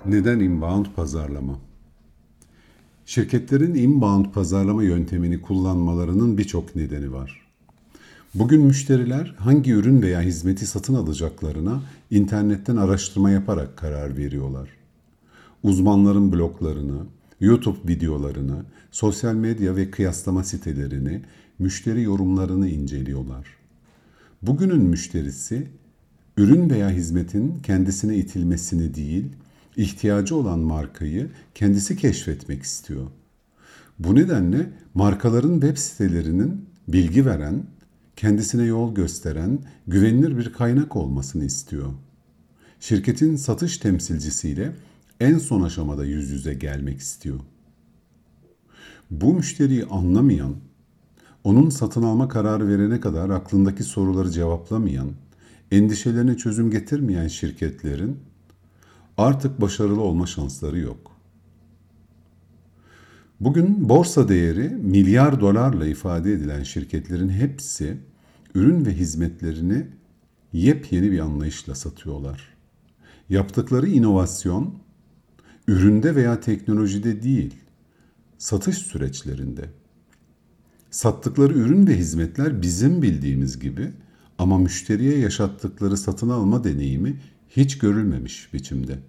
Neden inbound pazarlama? Şirketlerin inbound pazarlama yöntemini kullanmalarının birçok nedeni var. Bugün müşteriler hangi ürün veya hizmeti satın alacaklarına internetten araştırma yaparak karar veriyorlar. Uzmanların bloglarını, YouTube videolarını, sosyal medya ve kıyaslama sitelerini, müşteri yorumlarını inceliyorlar. Bugünün müşterisi, ürün veya hizmetin kendisine itilmesini değil, ihtiyacı olan markayı kendisi keşfetmek istiyor. Bu nedenle markaların web sitelerinin bilgi veren, kendisine yol gösteren, güvenilir bir kaynak olmasını istiyor. Şirketin satış temsilcisiyle en son aşamada yüz yüze gelmek istiyor. Bu müşteriyi anlamayan, onun satın alma kararı verene kadar aklındaki soruları cevaplamayan, endişelerine çözüm getirmeyen şirketlerin artık başarılı olma şansları yok. Bugün borsa değeri milyar dolarla ifade edilen şirketlerin hepsi ürün ve hizmetlerini yepyeni bir anlayışla satıyorlar. Yaptıkları inovasyon üründe veya teknolojide değil, satış süreçlerinde. Sattıkları ürün ve hizmetler bizim bildiğimiz gibi ama müşteriye yaşattıkları satın alma deneyimi hiç görülmemiş biçimde.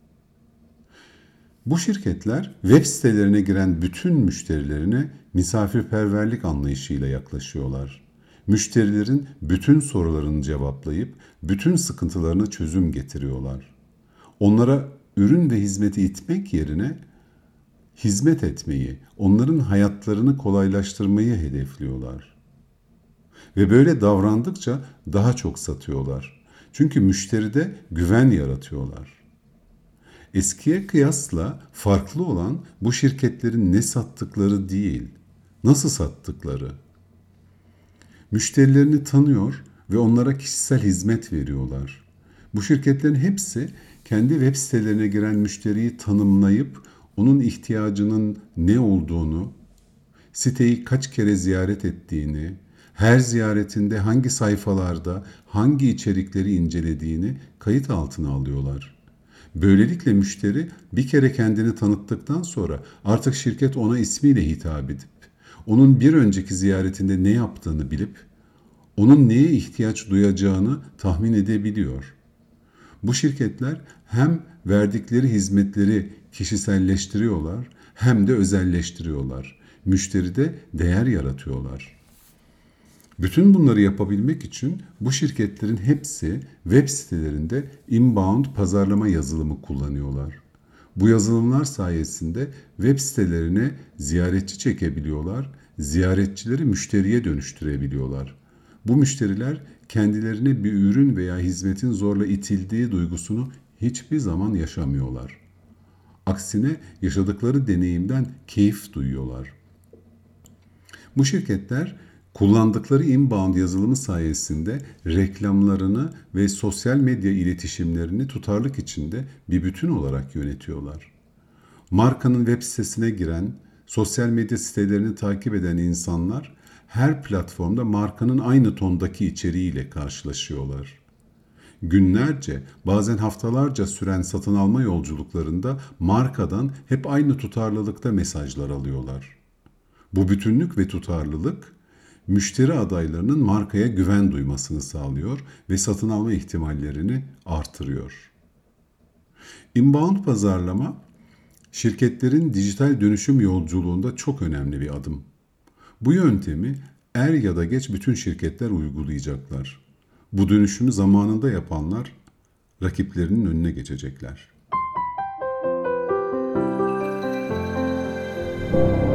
Bu şirketler web sitelerine giren bütün müşterilerine misafirperverlik anlayışıyla yaklaşıyorlar. Müşterilerin bütün sorularını cevaplayıp bütün sıkıntılarına çözüm getiriyorlar. Onlara ürün ve hizmeti itmek yerine hizmet etmeyi, onların hayatlarını kolaylaştırmayı hedefliyorlar. Ve böyle davrandıkça daha çok satıyorlar. Çünkü müşteride güven yaratıyorlar. Eskiye kıyasla farklı olan bu şirketlerin ne sattıkları değil, nasıl sattıkları. Müşterilerini tanıyor ve onlara kişisel hizmet veriyorlar. Bu şirketlerin hepsi kendi web sitelerine giren müşteriyi tanımlayıp onun ihtiyacının ne olduğunu, siteyi kaç kere ziyaret ettiğini, her ziyaretinde hangi sayfalarda hangi içerikleri incelediğini kayıt altına alıyorlar. Böylelikle müşteri bir kere kendini tanıttıktan sonra artık şirket ona ismiyle hitap edip, onun bir önceki ziyaretinde ne yaptığını bilip, onun neye ihtiyaç duyacağını tahmin edebiliyor. Bu şirketler hem verdikleri hizmetleri kişiselleştiriyorlar hem de özelleştiriyorlar. Müşteride değer yaratıyorlar. Bütün bunları yapabilmek için bu şirketlerin hepsi web sitelerinde inbound pazarlama yazılımı kullanıyorlar. Bu yazılımlar sayesinde web sitelerine ziyaretçi çekebiliyorlar, ziyaretçileri müşteriye dönüştürebiliyorlar. Bu müşteriler kendilerine bir ürün veya hizmetin zorla itildiği duygusunu hiçbir zaman yaşamıyorlar. Aksine yaşadıkları deneyimden keyif duyuyorlar. Bu şirketler kullandıkları inbound yazılımı sayesinde reklamlarını ve sosyal medya iletişimlerini tutarlılık içinde bir bütün olarak yönetiyorlar. Markanın web sitesine giren, sosyal medya sitelerini takip eden insanlar her platformda markanın aynı tondaki içeriğiyle karşılaşıyorlar. Günlerce, bazen haftalarca süren satın alma yolculuklarında markadan hep aynı tutarlılıkta mesajlar alıyorlar. Bu bütünlük ve tutarlılık, müşteri adaylarının markaya güven duymasını sağlıyor ve satın alma ihtimallerini artırıyor. Inbound pazarlama, şirketlerin dijital dönüşüm yolculuğunda çok önemli bir adım. Bu yöntemi er ya da geç bütün şirketler uygulayacaklar. Bu dönüşümü zamanında yapanlar rakiplerinin önüne geçecekler.